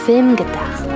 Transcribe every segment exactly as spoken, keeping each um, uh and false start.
Film gedacht.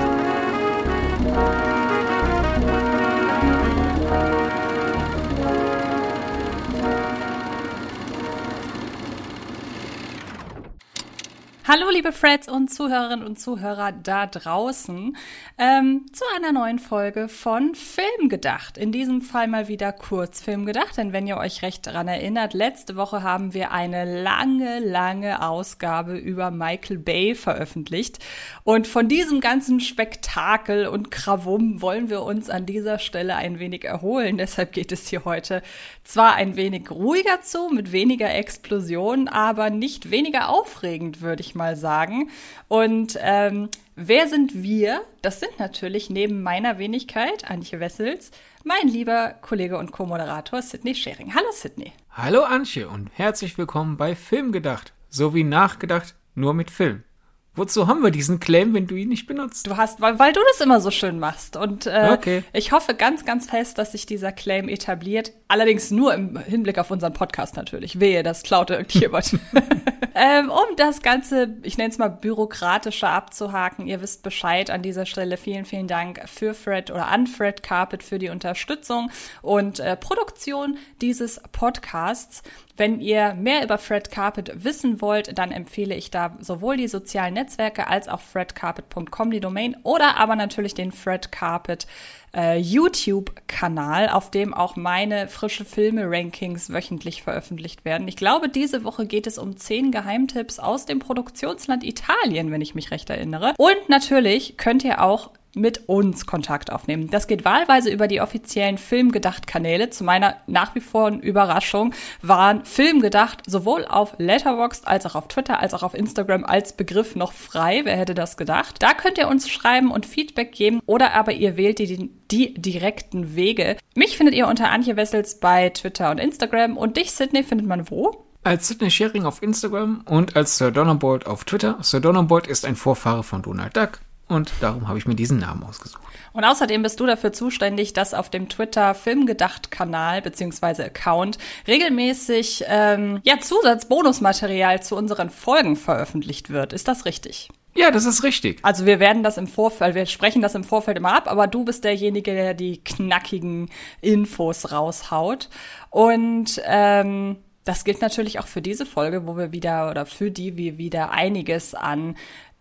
Hallo liebe Freds und Zuhörerinnen und Zuhörer da draußen ähm, zu einer neuen Folge von Film gedacht. In diesem Fall mal wieder Kurzfilm gedacht, denn wenn ihr euch recht daran erinnert, letzte Woche haben wir eine lange, lange Ausgabe über Michael Bay veröffentlicht. Und von diesem ganzen Spektakel und Krawum wollen wir uns an dieser Stelle ein wenig erholen. Deshalb geht es hier heute zwar ein wenig ruhiger zu, mit weniger Explosionen, aber nicht weniger aufregend, würde ich mal sagen. Und ähm, wer sind wir? Das sind natürlich neben meiner Wenigkeit, Antje Wessels, mein lieber Kollege und Co-Moderator Sidney Schering. Hallo Sidney. Hallo Antje und herzlich willkommen bei Film gedacht. So wie nachgedacht, nur mit Film. Wozu haben wir diesen Claim, wenn du ihn nicht benutzt? Du hast, weil, weil du das immer so schön machst. Und äh, okay. Ich hoffe ganz, ganz fest, dass sich dieser Claim etabliert. Allerdings nur im Hinblick auf unseren Podcast natürlich. Wehe, das klaut irgendjemand. ähm, um das Ganze, ich nenne es mal bürokratischer abzuhaken. Ihr wisst Bescheid an dieser Stelle. Vielen, vielen Dank für Fred oder an Fred Carpet für die Unterstützung und äh, Produktion dieses Podcasts. Wenn ihr mehr über Fred Carpet wissen wollt, dann empfehle ich da sowohl die sozialen Netzwerke als auch fred carpet punkt com, die Domain, oder aber natürlich den Fred Carpet äh, YouTube-Kanal, auf dem auch meine frische Filme-Rankings wöchentlich veröffentlicht werden. Ich glaube, diese Woche geht es um zehn Geheimtipps aus dem Produktionsland Italien, wenn ich mich recht erinnere. Und natürlich könnt ihr auch mit uns Kontakt aufnehmen. Das geht wahlweise über die offiziellen Filmgedacht-Kanäle. Zu meiner nach wie vor Überraschung waren Filmgedacht sowohl auf Letterboxd als auch auf Twitter als auch auf Instagram als Begriff noch frei. Wer hätte das gedacht? Da könnt ihr uns schreiben und Feedback geben oder aber ihr wählt die, die direkten Wege. Mich findet ihr unter Antje Wessels bei Twitter und Instagram und dich, Sidney, findet man wo? Als Sidney Schering auf Instagram und als Sir Donnerbolt auf Twitter. Sir Donnerbolt ist ein Vorfahre von Donald Duck. Und darum habe ich mir diesen Namen ausgesucht. Und außerdem bist du dafür zuständig, dass auf dem Twitter Filmgedacht-Kanal bzw. Account regelmäßig ähm, ja, Zusatzbonusmaterial zu unseren Folgen veröffentlicht wird. Ist das richtig? Ja, das ist richtig. Also wir werden das im Vorfeld, wir sprechen das im Vorfeld immer ab, aber du bist derjenige, der die knackigen Infos raushaut. Und ähm, das gilt natürlich auch für diese Folge, wo wir wieder oder für die wir wieder einiges an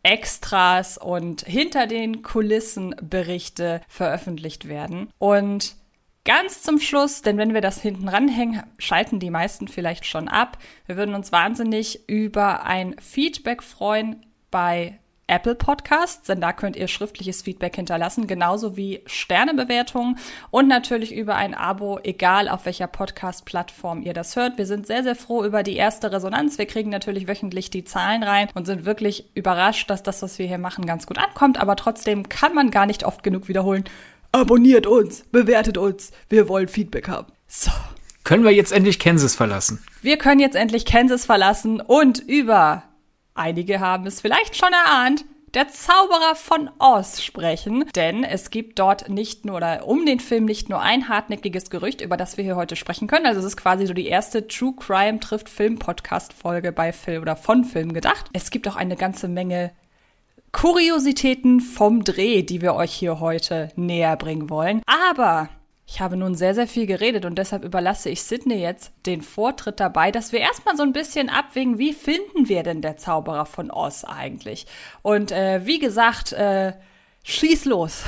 Extras und hinter den Kulissen Berichte veröffentlicht werden. Und ganz zum Schluss, denn wenn wir das hinten ranhängen, schalten die meisten vielleicht schon ab. Wir würden uns wahnsinnig über ein Feedback freuen bei Apple Podcasts, denn da könnt ihr schriftliches Feedback hinterlassen, genauso wie Sternebewertungen und natürlich über ein Abo, egal auf welcher Podcast-Plattform ihr das hört. Wir sind sehr, sehr froh über die erste Resonanz. Wir kriegen natürlich wöchentlich die Zahlen rein und sind wirklich überrascht, dass das, was wir hier machen, ganz gut ankommt. Aber trotzdem kann man gar nicht oft genug wiederholen. Abonniert uns, bewertet uns, wir wollen Feedback haben. So. Können wir jetzt endlich Kansas verlassen? Wir können jetzt endlich Kansas verlassen und über... Einige haben es vielleicht schon erahnt, der Zauberer von Oz sprechen. Denn es gibt dort nicht nur, oder um den Film nicht nur ein hartnäckiges Gerücht, über das wir hier heute sprechen können. Also es ist quasi so die erste True Crime trifft Film-Podcast-Folge bei Film oder von Film gedacht. Es gibt auch eine ganze Menge Kuriositäten vom Dreh, die wir euch hier heute näher bringen wollen. Aber... ich habe nun sehr, sehr viel geredet und deshalb überlasse ich Sidney jetzt den Vortritt dabei, dass wir erstmal so ein bisschen abwägen, wie finden wir denn der Zauberer von Oz eigentlich? Und äh, wie gesagt, äh, schieß los.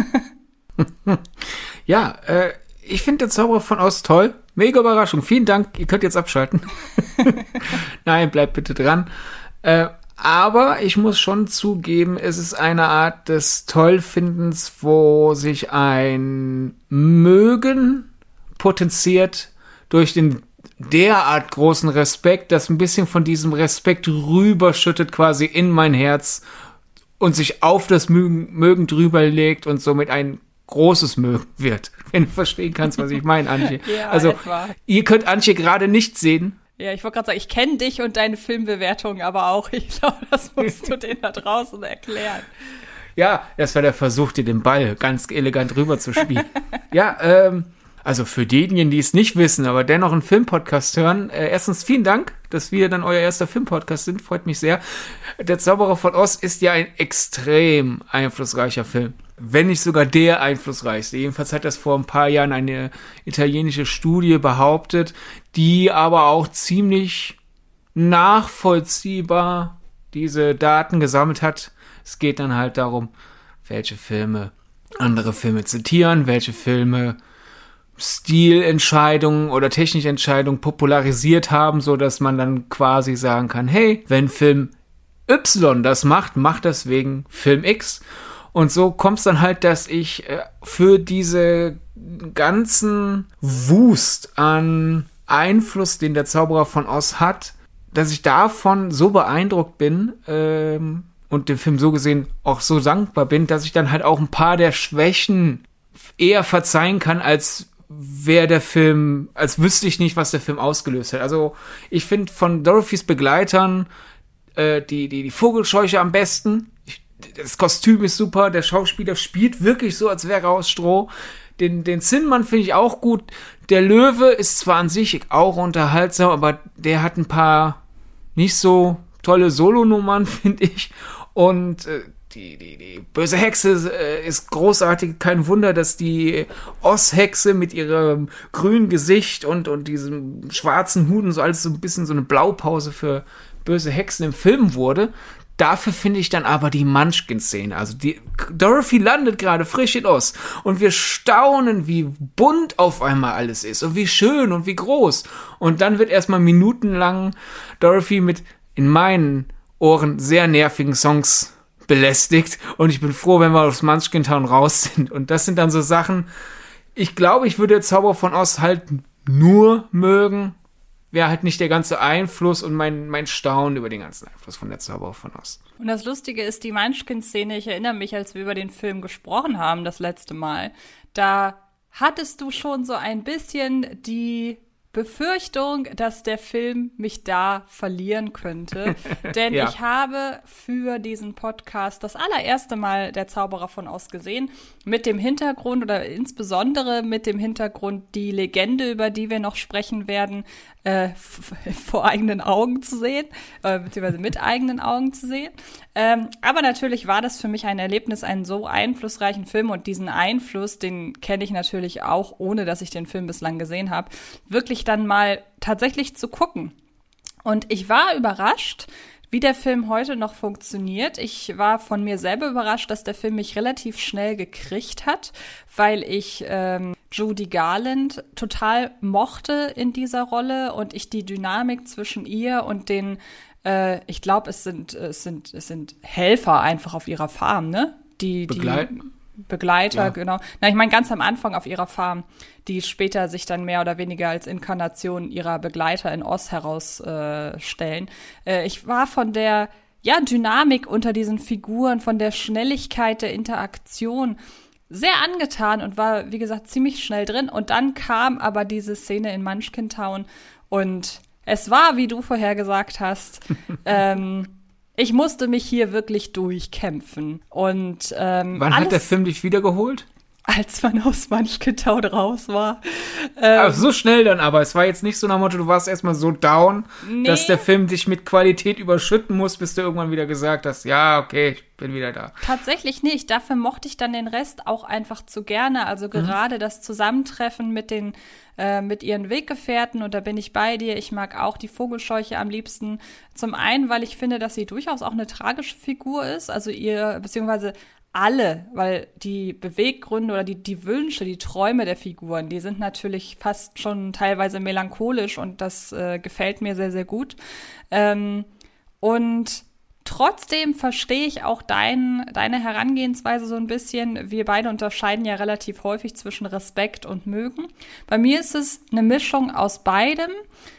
Ja, äh, ich finde der Zauberer von Oz toll. Mega Überraschung. Vielen Dank. Ihr könnt jetzt abschalten. Nein, bleibt bitte dran. Äh, Aber ich muss schon zugeben, es ist eine Art des Tollfindens, wo sich ein Mögen potenziert durch den derart großen Respekt, das ein bisschen von diesem Respekt rüberschüttet quasi in mein Herz und sich auf das Mögen, Mögen drüber legt und somit ein großes Mögen wird. Wenn du verstehen kannst, was ich meine, Antje. Ja, also, etwa. Ihr könnt Antje gerade nicht sehen. Ja, ich wollte gerade sagen, ich kenne dich und deine Filmbewertungen aber auch. Ich glaube, das musst du denen da draußen erklären. Ja, das war der Versuch, dir den Ball ganz elegant rüber zu spielen. Ja, ähm, also für diejenigen, die es nicht wissen, aber dennoch einen Filmpodcast hören, äh, erstens vielen Dank, dass wir dann euer erster Filmpodcast sind, freut mich sehr. Der Zauberer von Oz ist ja ein extrem einflussreicher Film, wenn nicht sogar der einflussreichste. Jedenfalls hat das vor ein paar Jahren eine italienische Studie behauptet, die aber auch ziemlich nachvollziehbar diese Daten gesammelt hat. Es geht dann halt darum, welche Filme andere Filme zitieren, welche Filme Stilentscheidungen oder technische Entscheidungen popularisiert haben, so dass man dann quasi sagen kann, hey, wenn Film Y das macht, macht das wegen Film X. Und so kommt es dann halt, dass ich äh, für diese ganzen Wust an Einfluss, den der Zauberer von Oz hat, dass ich davon so beeindruckt bin ähm, und dem Film so gesehen auch so dankbar bin, dass ich dann halt auch ein paar der Schwächen eher verzeihen kann, als wäre der Film, als wüsste ich nicht, was der Film ausgelöst hat. Also ich finde von Dorothys Begleitern äh, die, die, die Vogelscheuche am besten. Ich, das Kostüm ist super, der Schauspieler spielt wirklich so, als wäre er aus Stroh. Den, den Zinnmann finde ich auch gut. Der Löwe ist zwar an sich auch unterhaltsam, aber der hat ein paar nicht so tolle Solonummern, finde ich. Und äh, Die, die, die böse Hexe äh, ist großartig. Kein Wunder, dass die Oz-Hexe mit ihrem grünen Gesicht und, und diesem schwarzen Hut und so alles so ein bisschen so eine Blaupause für böse Hexen im Film wurde. Dafür finde ich dann aber die Munchkin-Szene. Also die Dorothy landet gerade frisch in Oz und wir staunen, wie bunt auf einmal alles ist und wie schön und wie groß. Und dann wird erstmal minutenlang Dorothy mit, in meinen Ohren, sehr nervigen Songs belästigt und ich bin froh, wenn wir aus Munchkin Town raus sind. Und das sind dann so Sachen, ich glaube, ich würde Zauberer von Oz halt nur mögen, wäre halt nicht der ganze Einfluss und mein, mein Staunen über den ganzen Einfluss von der Zauberer von Oz. Und das Lustige ist, die Munchkin-Szene, ich erinnere mich, als wir über den Film gesprochen haben das letzte Mal, da hattest du schon so ein bisschen die Befürchtung, dass der Film mich da verlieren könnte. Denn ja. Ich habe für diesen Podcast das allererste Mal der Zauberer von Oz gesehen. Mit dem Hintergrund oder insbesondere mit dem Hintergrund, die Legende, über die wir noch sprechen werden, äh, f- vor eigenen Augen zu sehen, äh, beziehungsweise mit eigenen Augen zu sehen. Ähm, aber natürlich war das für mich ein Erlebnis, einen so einflussreichen Film, und diesen Einfluss, den kenne ich natürlich auch, ohne dass ich den Film bislang gesehen habe, wirklich dann mal tatsächlich zu gucken. Und ich war überrascht, wie der Film heute noch funktioniert. Ich war von mir selber überrascht, dass der Film mich relativ schnell gekriegt hat, weil ich ähm, Judy Garland total mochte in dieser Rolle und ich die Dynamik zwischen ihr und den, äh, ich glaube, es sind, es sind, es sind Helfer einfach auf ihrer Farm, ne? Die, Begleiten. die Begleiter, Ja. genau. Na, ich meine ganz am Anfang auf ihrer Farm, die später sich dann mehr oder weniger als Inkarnation ihrer Begleiter in Oz herausstellen. Äh, äh, ich war von der, ja, Dynamik unter diesen Figuren, von der Schnelligkeit der Interaktion sehr angetan und war, wie gesagt, ziemlich schnell drin. Und dann kam aber diese Szene in Munchkin Town und es war, wie du vorher gesagt hast, ähm, ich musste mich hier wirklich durchkämpfen. Und ähm, Wann alles, hat der Film dich wiedergeholt? Als man aus Munchkin Town raus war. Ähm, Also so schnell dann aber. Es war jetzt nicht so nach dem Motto, du warst erstmal so down, Nee. dass der Film dich mit Qualität überschütten muss, bis du irgendwann wieder gesagt hast, ja, okay, ich bin wieder da. Tatsächlich nicht. Dafür mochte ich dann den Rest auch einfach zu gerne. Also gerade das Zusammentreffen mit den äh, mit ihren Weggefährten, und da bin ich bei dir. Ich mag auch die Vogelscheuche am liebsten. Zum einen, weil ich finde, dass sie durchaus auch eine tragische Figur ist. Also ihr, beziehungsweise alle, weil die Beweggründe oder die, die Wünsche, die Träume der Figuren, die sind natürlich fast schon teilweise melancholisch, und das äh, gefällt mir sehr, sehr gut. Ähm, und trotzdem verstehe ich auch dein, deine Herangehensweise so ein bisschen. Wir beide unterscheiden ja relativ häufig zwischen Respekt und Mögen. Bei mir ist es eine Mischung aus beidem.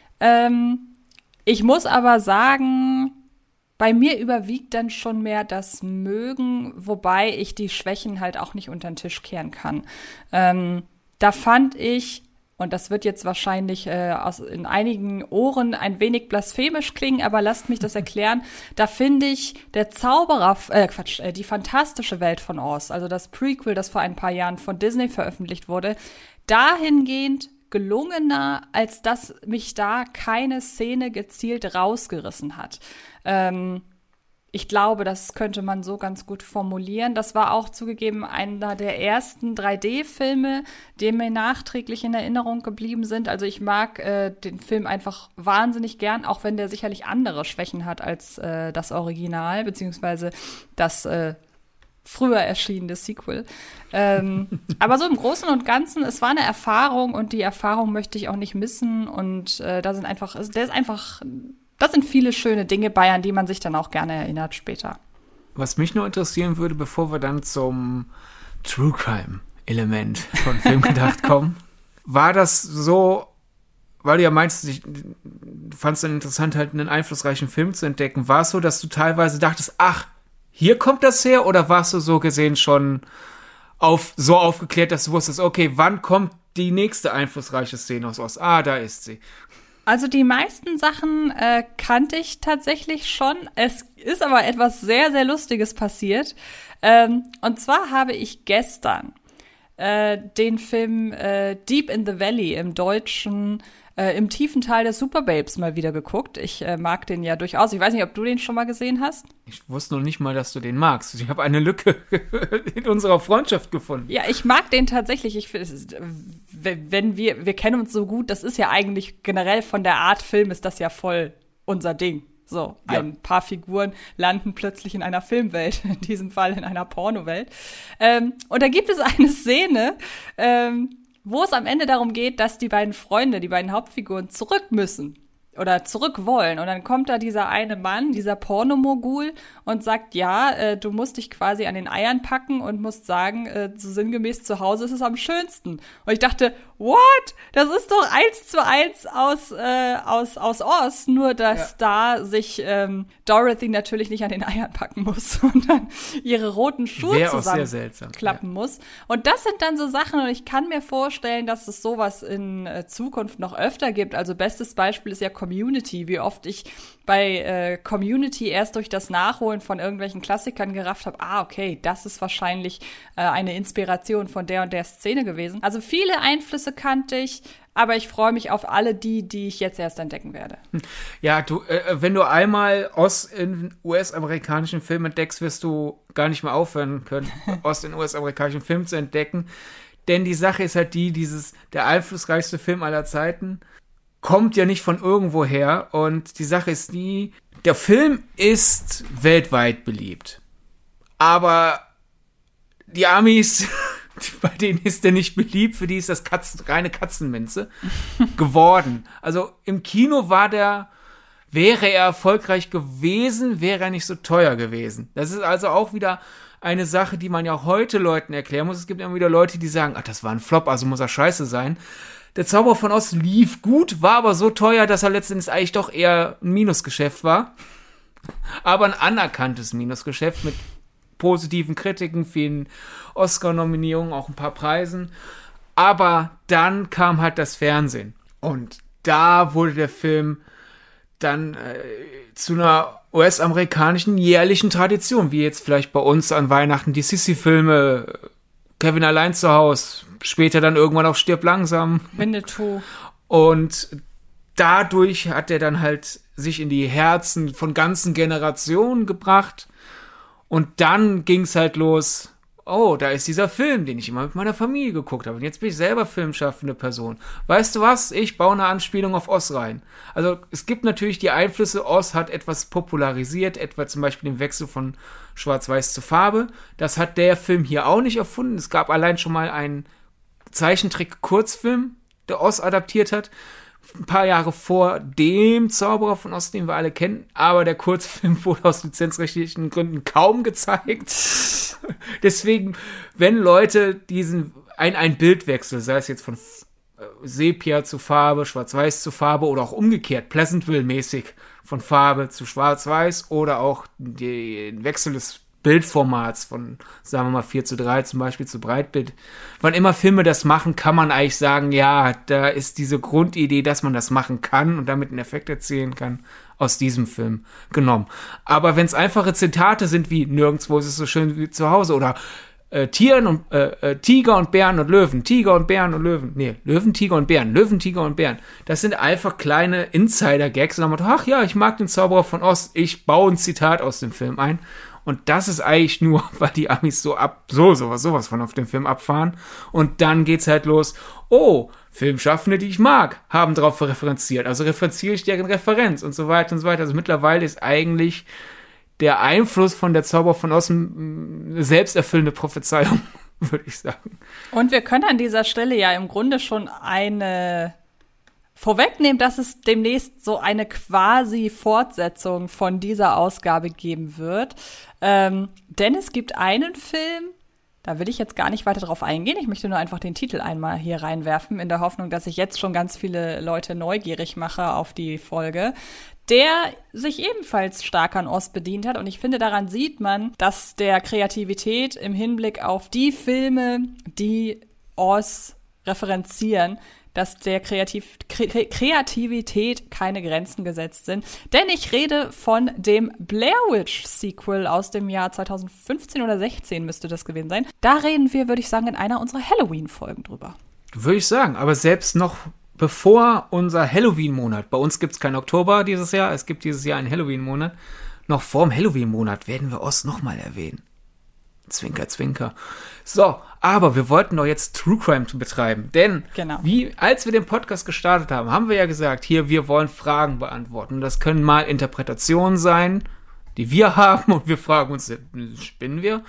Ähm, ich muss aber sagen, bei mir überwiegt dann schon mehr das Mögen, wobei ich die Schwächen halt auch nicht unter den Tisch kehren kann. Ähm, da fand ich, und das wird jetzt wahrscheinlich äh, aus, in einigen Ohren ein wenig blasphemisch klingen, aber lasst mich das erklären, da finde ich der Zauberer, äh, Quatsch, äh, die fantastische Welt von Oz, also das Prequel, das vor ein paar Jahren von Disney veröffentlicht wurde, dahingehend gelungener, als dass mich da keine Szene gezielt rausgerissen hat. Ähm, ich glaube, das könnte man so ganz gut formulieren. Das war auch zugegeben einer der ersten drei D-Filme, die mir nachträglich in Erinnerung geblieben sind. Also ich mag äh, den Film einfach wahnsinnig gern, auch wenn der sicherlich andere Schwächen hat als äh, das Original, beziehungsweise das äh, früher erschienene Sequel. Ähm, aber so im Großen und Ganzen, es war eine Erfahrung und die Erfahrung möchte ich auch nicht missen. Und äh, da sind einfach, also der ist einfach, das sind viele schöne Dinge bei, an die man sich dann auch gerne erinnert später. Was mich nur interessieren würde, bevor wir dann zum True Crime-Element von Film gedacht kommen, war das so, weil du ja meinst, du fandest es interessant, halt einen einflussreichen Film zu entdecken, war es so, dass du teilweise dachtest, ach, hier kommt das her, oder warst du so gesehen schon auf, so aufgeklärt, dass du wusstest, okay, wann kommt die nächste einflussreiche Szene aus Oz? Ah, da ist sie. Also die meisten Sachen äh, kannte ich tatsächlich schon. Es ist aber etwas sehr, sehr Lustiges passiert. Ähm, und zwar habe ich gestern äh, den Film äh, Deep in the Valley im Deutschen äh, im tiefen Teil des Superbabes mal wieder geguckt. Ich äh, mag den ja durchaus. Ich weiß nicht, ob du den schon mal gesehen hast. Ich wusste noch nicht mal, dass du den magst. Ich habe eine Lücke in unserer Freundschaft gefunden. Ja, ich mag den tatsächlich. Ich finde, wenn wir, wir kennen uns so gut, das ist ja eigentlich generell von der Art Film ist das ja voll unser Ding. So, ja. Ein paar Figuren landen plötzlich in einer Filmwelt, in diesem Fall in einer Pornowelt. Ähm, und da gibt es eine Szene, ähm, wo es am Ende darum geht, dass die beiden Freunde, die beiden Hauptfiguren zurück müssen oder zurück wollen. Und dann kommt da dieser eine Mann, dieser Pornomogul und sagt, ja, äh, du musst dich quasi an den Eiern packen und musst sagen, äh, so sinngemäß, zu Hause ist es am schönsten. Und ich dachte, what? Das ist doch eins zu eins aus, äh, aus, aus Oz, nur dass ja. da sich ähm, Dorothy natürlich nicht an den Eiern packen muss, sondern ihre roten Schuhe zusammenklappen ja. muss. Und das sind dann so Sachen, und ich kann mir vorstellen, dass es sowas in äh, Zukunft noch öfter gibt. Also bestes Beispiel ist ja Community, wie oft ich bei äh, Community erst durch das Nachholen von irgendwelchen Klassikern gerafft habe, ah, okay, das ist wahrscheinlich äh, eine Inspiration von der und der Szene gewesen. Also viele Einflüsse kannte ich, aber ich freue mich auf alle die, die ich jetzt erst entdecken werde. Ja, du, äh, wenn du einmal Ost in U S-amerikanischen Filmen entdeckst, wirst du gar nicht mehr aufhören können, Ost in U S-amerikanischen Filmen zu entdecken. Denn die Sache ist halt die, dieses, der einflussreichste Film aller Zeiten kommt ja nicht von irgendwo her. Und die Sache ist die, der Film ist weltweit beliebt. Aber die Amis, bei denen ist der nicht beliebt, für die ist das Katzen, reine Katzenminze geworden. Also im Kino war der, wäre er erfolgreich gewesen, wäre er nicht so teuer gewesen. Das ist also auch wieder eine Sache, die man ja auch heute Leuten erklären muss. Es gibt immer wieder Leute, die sagen, ach, das war ein Flop, also muss er scheiße sein. Der Zauberer von Oz lief gut, war aber so teuer, dass er letztendlich eigentlich doch eher ein Minusgeschäft war. Aber ein anerkanntes Minusgeschäft mit positiven Kritiken, vielen Oscar-Nominierungen, auch ein paar Preisen. Aber dann kam halt das Fernsehen. Und da wurde der Film dann äh, zu einer U S-amerikanischen jährlichen Tradition, wie jetzt vielleicht bei uns an Weihnachten die Sissi-Filme, Kevin allein zu Hause, später dann irgendwann auch Stirb langsam. Winnetou. Und dadurch hat er dann halt sich in die Herzen von ganzen Generationen gebracht. Und dann ging's halt los, oh, da ist dieser Film, den ich immer mit meiner Familie geguckt habe. Und jetzt bin ich selber filmschaffende Person. Weißt du was? Ich baue eine Anspielung auf Oz rein. Also es gibt natürlich die Einflüsse. Oz hat etwas popularisiert, etwa zum Beispiel den Wechsel von Schwarz-Weiß zu Farbe. Das hat der Film hier auch nicht erfunden. Es gab allein schon mal einen Zeichentrick-Kurzfilm, der Oz adaptiert hat. Ein paar Jahre vor dem Zauberer von Oz, den wir alle kennen. Aber der Kurzfilm wurde aus lizenzrechtlichen Gründen kaum gezeigt. Deswegen, wenn Leute diesen, ein, ein Bildwechsel, sei es jetzt von Sepia zu Farbe, Schwarz-Weiß zu Farbe oder auch umgekehrt, Pleasantville-mäßig von Farbe zu Schwarz-Weiß oder auch den Wechsel des Bildformats von, sagen wir mal, vier zu drei zum Beispiel zu Breitbild. Wann immer Filme das machen, kann man eigentlich sagen, ja, da ist diese Grundidee, dass man das machen kann und damit einen Effekt erzielen kann, aus diesem Film genommen. Aber wenn es einfache Zitate sind wie nirgendwo ist es so schön wie zu Hause oder äh, Tieren und äh, äh, Tiger und Bären und Löwen, Tiger und Bären und Löwen, nee, Löwen, Tiger und Bären, Löwen, Tiger und Bären. Das sind einfach kleine Insider-Gags. Und dann macht, ach ja, ich mag den Zauberer von Oz, ich baue ein Zitat aus dem Film ein. Und das ist eigentlich nur, weil die Amis so ab, so, sowas, sowas von auf den Film abfahren. Und dann geht's halt los. Oh, Filmschaffende, die ich mag, haben darauf referenziert. Also referenziere ich deren Referenz und so weiter und so weiter. Also mittlerweile ist eigentlich der Einfluss von der Zauberer von Oz eine selbsterfüllende Prophezeiung, würde ich sagen. Und wir können an dieser Stelle ja im Grunde schon eine vorwegnehmen, dass es demnächst so eine quasi Fortsetzung von dieser Ausgabe geben wird. Ähm, denn es gibt einen Film, da will ich jetzt gar nicht weiter drauf eingehen. Ich möchte nur einfach den Titel einmal hier reinwerfen, in der Hoffnung, dass ich jetzt schon ganz viele Leute neugierig mache auf die Folge, der sich ebenfalls stark an Oz bedient hat. Und ich finde, daran sieht man, dass der Kreativität im Hinblick auf die Filme, die Oz referenzieren, dass der Kreativ- Kre- Kreativität keine Grenzen gesetzt sind. Denn ich rede von dem Blair Witch Sequel aus dem Jahr zwanzig fünfzehn oder sechzehn müsste das gewesen sein. Da reden wir, würde ich sagen, in einer unserer Halloween-Folgen drüber. Würde ich sagen, aber selbst noch bevor unser Halloween-Monat, bei uns gibt es keinen Oktober dieses Jahr, es gibt dieses Jahr einen Halloween-Monat, noch vor dem Halloween-Monat werden wir Oz nochmal erwähnen. Zwinker, zwinker. So, aber wir wollten doch jetzt True Crime betreiben, denn genau. wie, als wir den Podcast gestartet haben, haben wir ja gesagt, hier, wir wollen Fragen beantworten. Und das können mal Interpretationen sein, die wir haben und wir fragen uns, spinnen wir?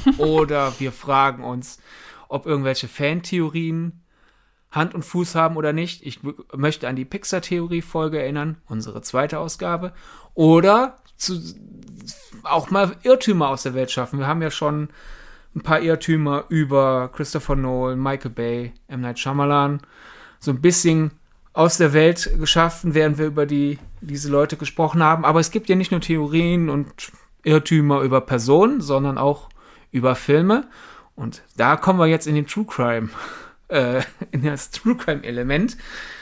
Oder wir fragen uns, ob irgendwelche Fantheorien Hand und Fuß haben oder nicht. Ich w- möchte an die Pixar-Theorie-Folge erinnern, unsere zweite Ausgabe. Oder zu, auch mal Irrtümer aus der Welt schaffen. Wir haben ja schon ein paar Irrtümer über Christopher Nolan, Michael Bay, M. Night Shyamalan so ein bisschen aus der Welt geschaffen, während wir über die diese Leute gesprochen haben. Aber es gibt ja nicht nur Theorien und Irrtümer über Personen, sondern auch über Filme. Und da kommen wir jetzt in den True Crime, äh, in das True Crime Element.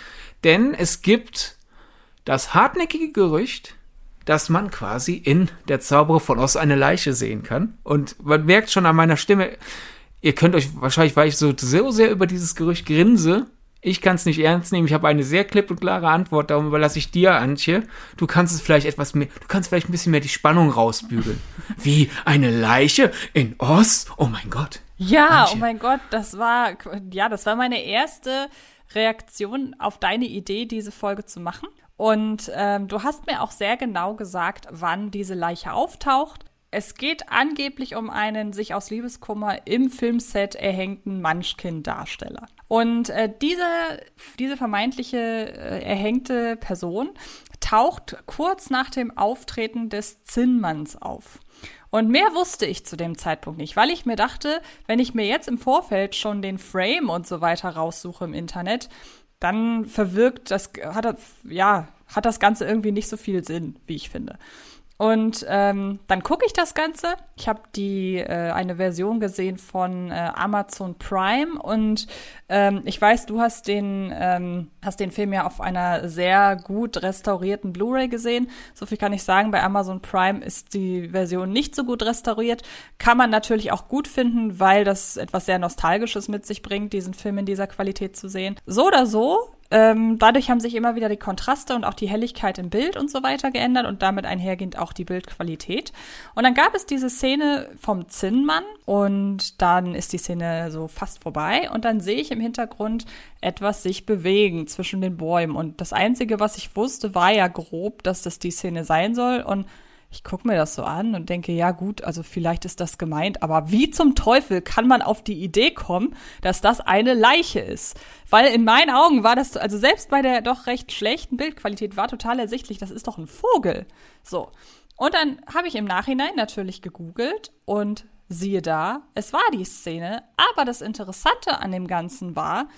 Denn es gibt das hartnäckige Gerücht, dass man quasi in Der Zauberer von Oz eine Leiche sehen kann. Und man merkt schon an meiner Stimme, ihr könnt euch wahrscheinlich, weil ich so, so sehr über dieses Gerücht grinse, ich kann es nicht ernst nehmen. Ich habe eine sehr klipp und klare Antwort, darum überlasse ich dir, Antje. Du kannst es vielleicht etwas mehr, du kannst vielleicht ein bisschen mehr die Spannung rausbügeln. Wie eine Leiche in Oz? Oh mein Gott. Ja, Antje. Oh mein Gott, das war, ja, das war meine erste Reaktion auf deine Idee, diese Folge zu machen. Und ähm, du hast mir auch sehr genau gesagt, wann diese Leiche auftaucht. Es geht angeblich um einen sich aus Liebeskummer im Filmset erhängten Munchkin-Darsteller. Und äh, diese, diese vermeintliche äh, erhängte Person taucht kurz nach dem Auftreten des Zinnmanns auf. Und mehr wusste ich zu dem Zeitpunkt nicht, weil ich mir dachte, wenn ich mir jetzt im Vorfeld schon den Frame und so weiter raussuche im Internet, dann verwirkt das, hat das, ja, hat das Ganze irgendwie nicht so viel Sinn, wie ich finde. Und ähm, dann gucke ich das Ganze. Ich habe die äh, eine Version gesehen von äh, Amazon Prime und ähm, ich weiß, du hast den ähm, hast den Film ja auf einer sehr gut restaurierten Blu-ray gesehen. So viel kann ich sagen. Bei Amazon Prime ist die Version nicht so gut restauriert. Kann man natürlich auch gut finden, weil das etwas sehr Nostalgisches mit sich bringt, diesen Film in dieser Qualität zu sehen. So oder so. Ähm, dadurch haben sich immer wieder die Kontraste und auch die Helligkeit im Bild und so weiter geändert und damit einhergehend auch die Bildqualität. Und dann gab es diese Szene vom Zinnmann und dann ist die Szene so fast vorbei und dann sehe ich im Hintergrund etwas sich bewegen zwischen den Bäumen. Und das Einzige, was ich wusste, war ja grob, dass das die Szene sein soll. Und ich gucke mir das so an und denke, ja gut, also vielleicht ist das gemeint, aber wie zum Teufel kann man auf die Idee kommen, dass das eine Leiche ist? Weil in meinen Augen war das, also selbst bei der doch recht schlechten Bildqualität war total ersichtlich, das ist doch ein Vogel. So. Und dann habe ich im Nachhinein natürlich gegoogelt und siehe da, es war die Szene. Aber das Interessante an dem Ganzen war,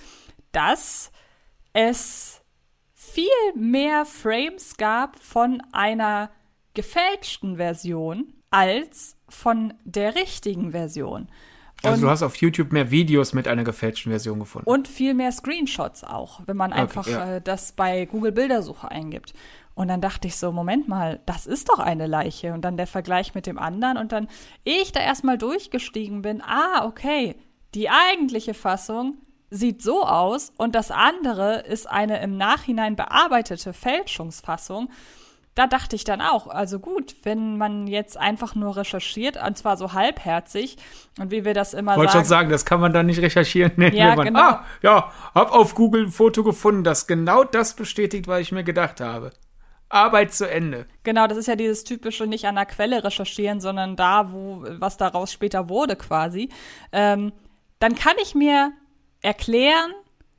dass es viel mehr Frames gab von einer gefälschten Version als von der richtigen Version. Und also du hast auf YouTube mehr Videos mit einer gefälschten Version gefunden. Und viel mehr Screenshots auch, wenn man einfach okay, ja. äh, das bei Google Bildersuche eingibt. Und dann dachte ich so, Moment mal, das ist doch eine Leiche. Und dann der Vergleich mit dem anderen. Und dann, ehe ich da erstmal durchgestiegen bin, ah, okay, die eigentliche Fassung sieht so aus und das andere ist eine im Nachhinein bearbeitete Fälschungsfassung. Da dachte ich dann auch, also gut, wenn man jetzt einfach nur recherchiert, und zwar so halbherzig, und wie wir das immer Wollte sagen. schon sagen, das kann man dann nicht recherchieren. Nee, ja, man, genau. Ah, ja, hab auf Google ein Foto gefunden, das genau das bestätigt, was ich mir gedacht habe. Arbeit zu Ende. Genau, das ist ja dieses typische nicht an der Quelle recherchieren, sondern da, wo was daraus später wurde quasi. Ähm, dann kann ich mir erklären,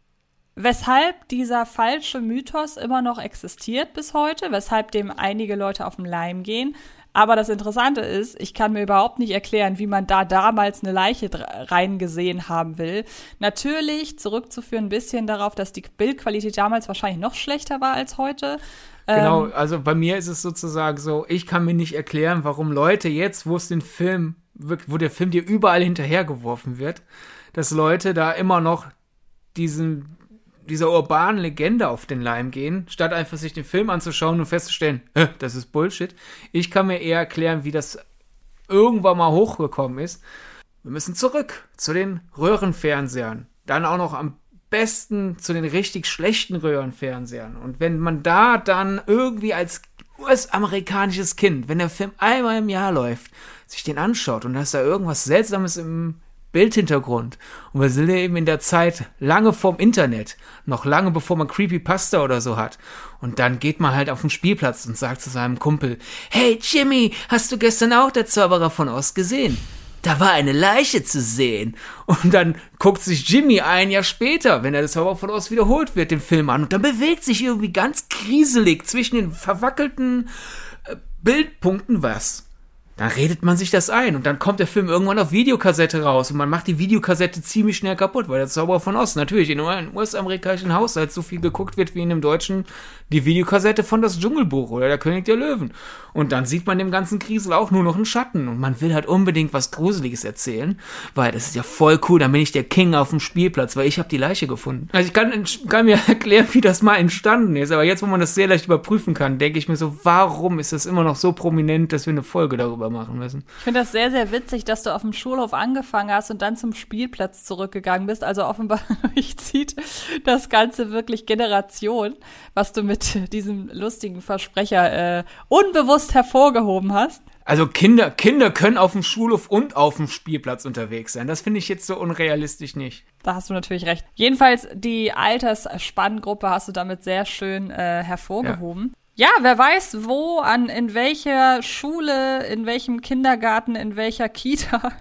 weshalb dieser falsche Mythos immer noch existiert bis heute, weshalb dem einige Leute auf den Leim gehen. Aber das Interessante ist, ich kann mir überhaupt nicht erklären, wie man da damals eine Leiche reingesehen haben will. Natürlich zurückzuführen ein bisschen darauf, dass die Bildqualität damals wahrscheinlich noch schlechter war als heute. Genau, also bei mir ist es sozusagen so, ich kann mir nicht erklären, warum Leute jetzt, wo es den Film, wo der Film dir überall hinterhergeworfen wird, dass Leute da immer noch diesen, dieser urbanen Legende auf den Leim gehen, statt einfach sich den Film anzuschauen und festzustellen, äh, das ist Bullshit. Ich kann mir eher erklären, wie das irgendwann mal hochgekommen ist. Wir müssen zurück zu den Röhrenfernsehern. Dann auch noch am besten zu den richtig schlechten Röhrenfernsehern. Und wenn man da dann irgendwie als U S-amerikanisches Kind, wenn der Film einmal im Jahr läuft, sich den anschaut und da ist da irgendwas Seltsames im Bildhintergrund. Und wir sind ja eben in der Zeit lange vorm Internet, noch lange bevor man Creepypasta oder so hat. Und dann geht man halt auf den Spielplatz und sagt zu seinem Kumpel, hey Jimmy, hast du gestern auch der Zauberer von Oz gesehen? Da war eine Leiche zu sehen. Und dann guckt sich Jimmy ein Jahr später, wenn er das Zauberer von Oz wiederholt wird, den Film an. Und dann bewegt sich irgendwie ganz kriselig zwischen den verwackelten äh, Bildpunkten was. Dann redet man sich das ein und dann kommt der Film irgendwann auf Videokassette raus und man macht die Videokassette ziemlich schnell kaputt, weil der Zauberer von Oz natürlich in einem U S-amerikanischen Haushalt so viel geguckt wird wie in einem deutschen die Videokassette von Das Dschungelbuch oder Der König der Löwen. Und dann sieht man dem ganzen Krisel auch nur noch einen Schatten und man will halt unbedingt was Gruseliges erzählen, weil das ist ja voll cool, dann bin ich der King auf dem Spielplatz, weil ich habe die Leiche gefunden. Also ich kann, kann mir erklären, wie das mal entstanden ist, aber jetzt, wo man das sehr leicht überprüfen kann, denke ich mir so, warum ist das immer noch so prominent, dass wir eine Folge darüber machen müssen? Ich finde das sehr, sehr witzig, dass du auf dem Schulhof angefangen hast und dann zum Spielplatz zurückgegangen bist. Also offenbar durchzieht das Ganze wirklich Generation, was du mit diesem lustigen Versprecher äh, unbewusst hervorgehoben hast. Also Kinder, Kinder können auf dem Schulhof und auf dem Spielplatz unterwegs sein. Das finde ich jetzt so unrealistisch nicht. Da hast du natürlich recht. Jedenfalls die Altersspanngruppe hast du damit sehr schön äh, hervorgehoben. Ja. Ja, wer weiß, wo, an in welcher Schule, in welchem Kindergarten, in welcher Kita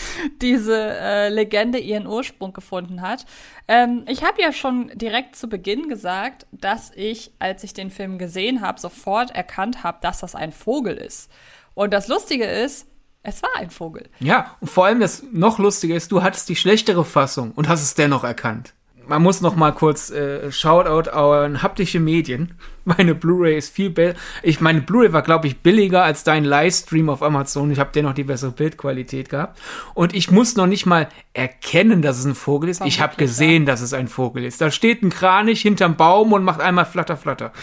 diese äh, Legende ihren Ursprung gefunden hat. Ähm, ich habe ja schon direkt zu Beginn gesagt, dass ich, als ich den Film gesehen habe, sofort erkannt habe, dass das ein Vogel ist. Und das Lustige ist, es war ein Vogel. Ja, und vor allem das noch Lustige ist, du hattest die schlechtere Fassung und hast es dennoch erkannt. Man muss noch mal kurz äh, Shoutout an haptische Medien. Meine Blu-ray ist viel besser. Ich meine Blu-ray war, glaube ich, billiger als dein Livestream auf Amazon. Ich habe dennoch die bessere Bildqualität gehabt. Und ich muss noch nicht mal erkennen, dass es ein Vogel ist. Ich habe gesehen, dass es ein Vogel ist. Da steht ein Kranich hinterm Baum und macht einmal flatter, flatter.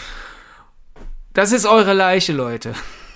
Das ist eure Leiche, Leute.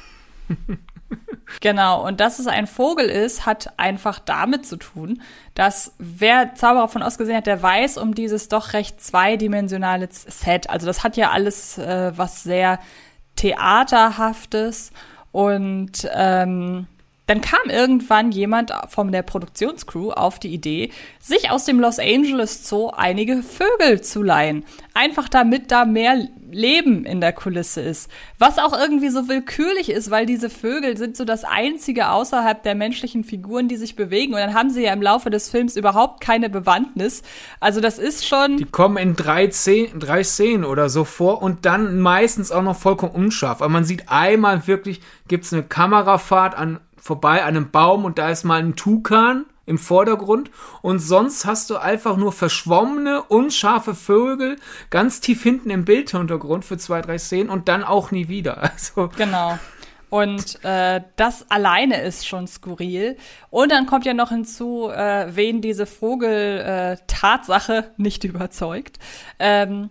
Genau, und dass es ein Vogel ist, hat einfach damit zu tun, dass wer Zauberer von Oz gesehen hat, der weiß um dieses doch recht zweidimensionale Set. Also das hat ja alles äh, was sehr Theaterhaftes und ähm, dann kam irgendwann jemand von der Produktionscrew auf die Idee, sich aus dem Los Angeles Zoo einige Vögel zu leihen. Einfach damit da mehr Leben in der Kulisse ist. Was auch irgendwie so willkürlich ist, weil diese Vögel sind so das Einzige außerhalb der menschlichen Figuren, die sich bewegen. Und dann haben sie ja im Laufe des Films überhaupt keine Bewandtnis. Also das ist schon... Die kommen in drei Szenen, drei Szenen oder so vor und dann meistens auch noch vollkommen unscharf. Aber man sieht einmal wirklich, gibt's eine Kamerafahrt an vorbei an einem Baum und da ist mal ein Tukan im Vordergrund und sonst hast du einfach nur verschwommene, unscharfe Vögel ganz tief hinten im Bildhintergrund für zwei, drei Szenen und dann auch nie wieder. Also genau. Und äh, das alleine ist schon skurril. Und dann kommt ja noch hinzu, äh, wen diese Vogel-Tatsache äh, nicht überzeugt. Ähm,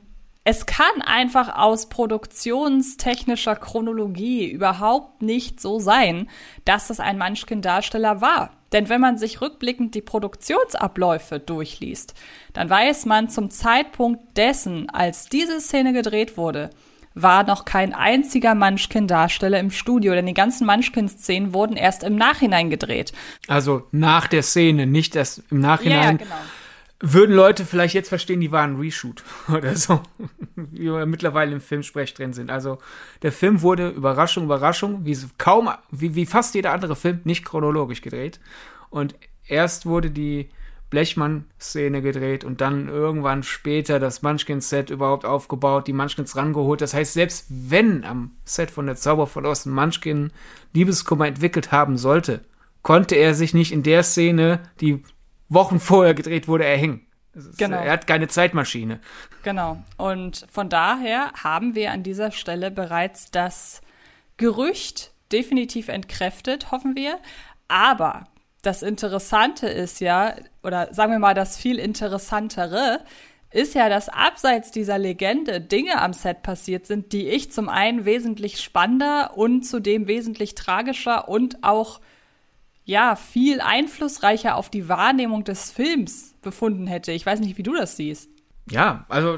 Es kann einfach aus produktionstechnischer Chronologie überhaupt nicht so sein, dass es ein Munchkin-Darsteller war. Denn wenn man sich rückblickend die Produktionsabläufe durchliest, dann weiß man, zum Zeitpunkt dessen, als diese Szene gedreht wurde, war noch kein einziger Munchkin-Darsteller im Studio, denn die ganzen Munchkin-Szenen wurden erst im Nachhinein gedreht. Also nach der Szene, nicht erst im Nachhinein. Ja, ja, genau. Würden Leute vielleicht jetzt verstehen, die waren ein Reshoot oder so, wie wir mittlerweile im Filmsprech drin sind. Also der Film wurde, Überraschung, Überraschung, wie kaum, wie, wie fast jeder andere Film, nicht chronologisch gedreht. Und erst wurde die Blechmann-Szene gedreht und dann irgendwann später das Munchkin-Set überhaupt aufgebaut, die Munchkins rangeholt. Das heißt, selbst wenn am Set von Der Zauberer von Oz ein Munchkin Liebeskummer entwickelt haben sollte, konnte er sich nicht in der Szene, die Wochen vorher gedreht wurde, erhängen. Ist, genau. Er hat keine Zeitmaschine. Genau. Und von daher haben wir an dieser Stelle bereits das Gerücht definitiv entkräftet, hoffen wir. Aber das Interessante ist ja, oder sagen wir mal das viel Interessantere, ist ja, dass abseits dieser Legende Dinge am Set passiert sind, die ich zum einen wesentlich spannender und zudem wesentlich tragischer und auch ja, viel einflussreicher auf die Wahrnehmung des Films befunden hätte. Ich weiß nicht, wie du das siehst. Ja, also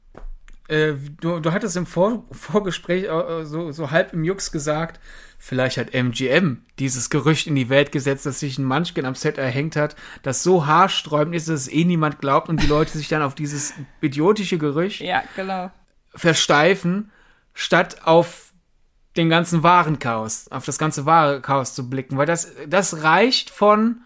äh, du, du hattest im Vor- Vorgespräch äh, so, so halb im Jux gesagt, vielleicht hat M G M dieses Gerücht in die Welt gesetzt, dass sich ein Munchkin am Set erhängt hat, das so haarsträubend ist, dass es eh niemand glaubt und die Leute sich dann auf dieses idiotische Gerücht ja, genau. versteifen, statt auf den ganzen wahren Chaos, auf das ganze wahre Chaos zu blicken, weil das, das reicht von,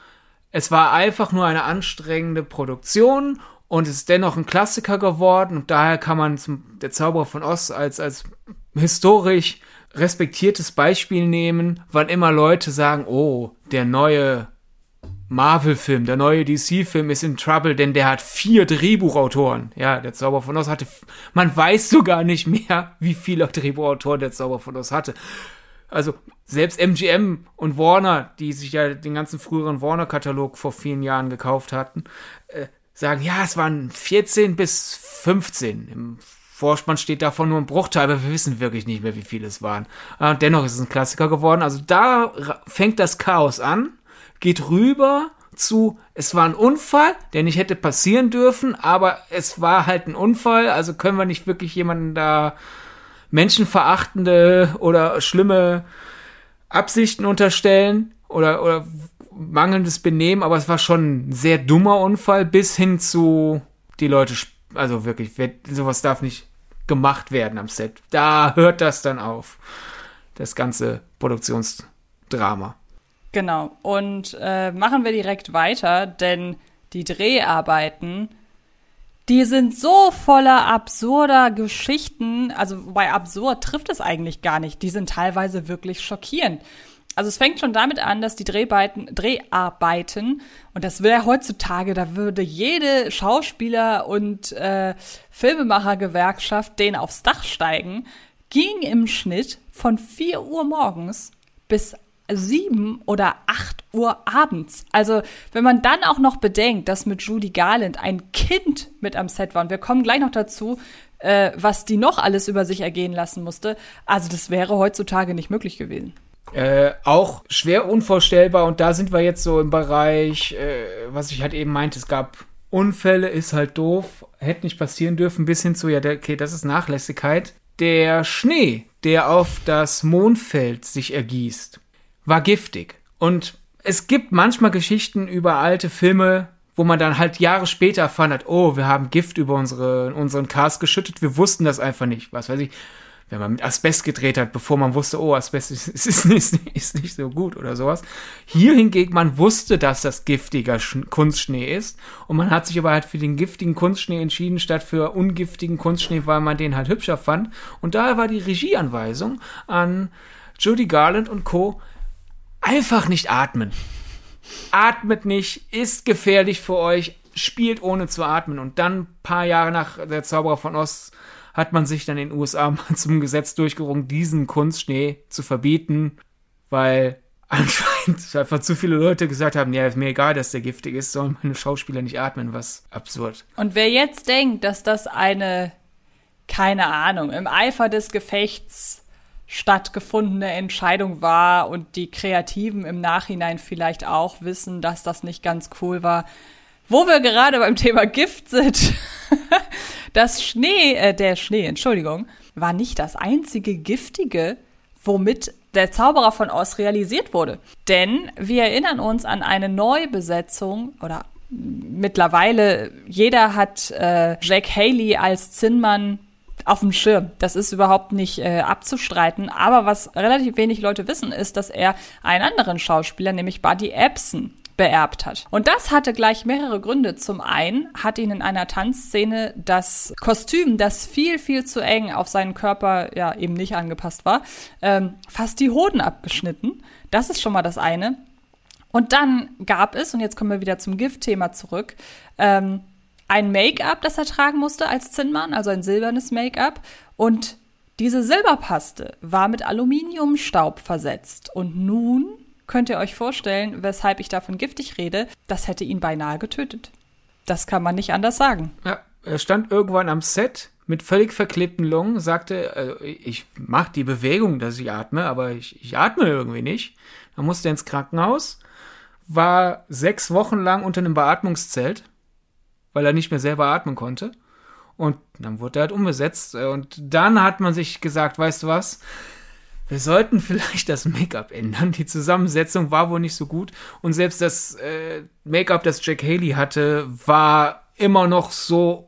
es war einfach nur eine anstrengende Produktion und es ist dennoch ein Klassiker geworden und daher kann man zum, Der Zauberer von Oz als, als historisch respektiertes Beispiel nehmen, wann immer Leute sagen, oh, der neue Marvel-Film, der neue D C-Film ist in Trouble, denn der hat vier Drehbuchautoren. Ja, Der Zauberer von Oz hatte, man weiß sogar nicht mehr, wie viele Drehbuchautoren Der Zauberer von Oz hatte. Also selbst M G M und Warner, die sich ja den ganzen früheren Warner-Katalog vor vielen Jahren gekauft hatten, äh, sagen, ja, es waren vierzehn bis fünfzehn. Im Vorspann steht davon nur ein Bruchteil, aber wir wissen wirklich nicht mehr, wie viele es waren. Und dennoch ist es ein Klassiker geworden. Also da fängt das Chaos an, geht rüber zu, es war ein Unfall, der nicht hätte passieren dürfen, aber es war halt ein Unfall, also können wir nicht wirklich jemanden da menschenverachtende oder schlimme Absichten unterstellen oder, oder mangelndes Benehmen, aber es war schon ein sehr dummer Unfall bis hin zu, die Leute, also wirklich, sowas darf nicht gemacht werden am Set. Da hört das dann auf, das ganze Produktionsdrama. Genau, und äh, machen wir direkt weiter, denn die Dreharbeiten, die sind so voller absurder Geschichten, also wobei absurd trifft es eigentlich gar nicht, die sind teilweise wirklich schockierend. Also es fängt schon damit an, dass die Dreharbeiten, Dreharbeiten und das wäre heutzutage, da würde jede Schauspieler- und äh, Filmemacher-Gewerkschaft denen aufs Dach steigen, ging im Schnitt von vier Uhr morgens bis sieben oder acht Uhr abends. Also wenn man dann auch noch bedenkt, dass mit Judy Garland ein Kind mit am Set war, und wir kommen gleich noch dazu, äh, was die noch alles über sich ergehen lassen musste, also das wäre heutzutage nicht möglich gewesen. Äh, auch schwer unvorstellbar und da sind wir jetzt so im Bereich, äh, was ich halt eben meinte, es gab Unfälle, ist halt doof, hätte nicht passieren dürfen, bis hin zu, ja, der, okay, das ist Nachlässigkeit. Der Schnee, der auf das Mondfeld sich ergießt, war giftig. Und es gibt manchmal Geschichten über alte Filme, wo man dann halt Jahre später erfahren hat, oh, wir haben Gift über unsere, unseren Cast geschüttet, wir wussten das einfach nicht. Was weiß ich, wenn man mit Asbest gedreht hat, bevor man wusste, oh, Asbest ist, ist, ist, ist nicht so gut oder sowas. Hier hingegen, man wusste, dass das giftiger Sch- Kunstschnee ist und man hat sich aber halt für den giftigen Kunstschnee entschieden, statt für ungiftigen Kunstschnee, weil man den halt hübscher fand. Und daher war die Regieanweisung an Judy Garland und Co., einfach nicht atmen. Atmet nicht, ist gefährlich für euch, spielt ohne zu atmen. Und dann, ein paar Jahre nach Der Zauberer von Oz, hat man sich dann in den U S A mal zum Gesetz durchgerungen, diesen Kunstschnee zu verbieten, weil anscheinend einfach zu viele Leute gesagt haben, ja, ist mir egal, dass der giftig ist, sollen meine Schauspieler nicht atmen, was absurd. Und wer jetzt denkt, dass das eine keine Ahnung, im Eifer des Gefechts stattgefundene Entscheidung war und die Kreativen im Nachhinein vielleicht auch wissen, dass das nicht ganz cool war. Wo wir gerade beim Thema Gift sind, das Schnee, äh, der Schnee, Entschuldigung, war nicht das einzige Giftige, womit der Zauberer von Oz realisiert wurde. Denn wir erinnern uns an eine Neubesetzung oder mittlerweile, jeder hat äh, Jack Haley als Zinnmann auf dem Schirm. Das ist überhaupt nicht äh, abzustreiten. Aber was relativ wenig Leute wissen, ist, dass er einen anderen Schauspieler, nämlich Buddy Ebsen, beerbt hat. Und das hatte gleich mehrere Gründe. Zum einen hat ihn in einer Tanzszene das Kostüm, das viel, viel zu eng auf seinen Körper ja eben nicht angepasst war, ähm, fast die Hoden abgeschnitten. Das ist schon mal das eine. Und dann gab es, und jetzt kommen wir wieder zum Gift-Thema zurück, ähm, ein Make-up, das er tragen musste als Zinnmann, also ein silbernes Make-up. Und diese Silberpaste war mit Aluminiumstaub versetzt. Und nun könnt ihr euch vorstellen, weshalb ich davon giftig rede, das hätte ihn beinahe getötet. Das kann man nicht anders sagen. Ja, er stand irgendwann am Set mit völlig verklebten Lungen, sagte, also ich mache die Bewegung, dass ich atme, aber ich, ich atme irgendwie nicht. Dann musste er ins Krankenhaus, war sechs Wochen lang unter einem Beatmungszelt, weil er nicht mehr selber atmen konnte. Und dann wurde er halt umgesetzt. Und dann hat man sich gesagt, weißt du was, wir sollten vielleicht das Make-up ändern. Die Zusammensetzung war wohl nicht so gut. Und selbst das äh, Make-up, das Jack Haley hatte, war immer noch so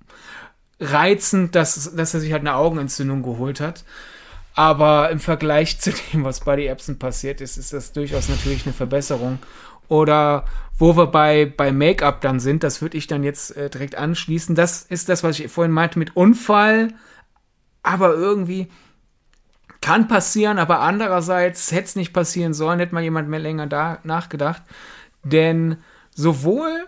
reizend, dass, dass er sich halt eine Augenentzündung geholt hat. Aber im Vergleich zu dem, was Buddy Ebsen passiert ist, ist das durchaus natürlich eine Verbesserung. Oder wo wir bei, bei Make-up dann sind, das würde ich dann jetzt äh, direkt anschließen. Das ist das, was ich vorhin meinte mit Unfall. Aber irgendwie kann passieren, aber andererseits hätte es nicht passieren sollen, hätte mal jemand mehr länger da nachgedacht. Denn sowohl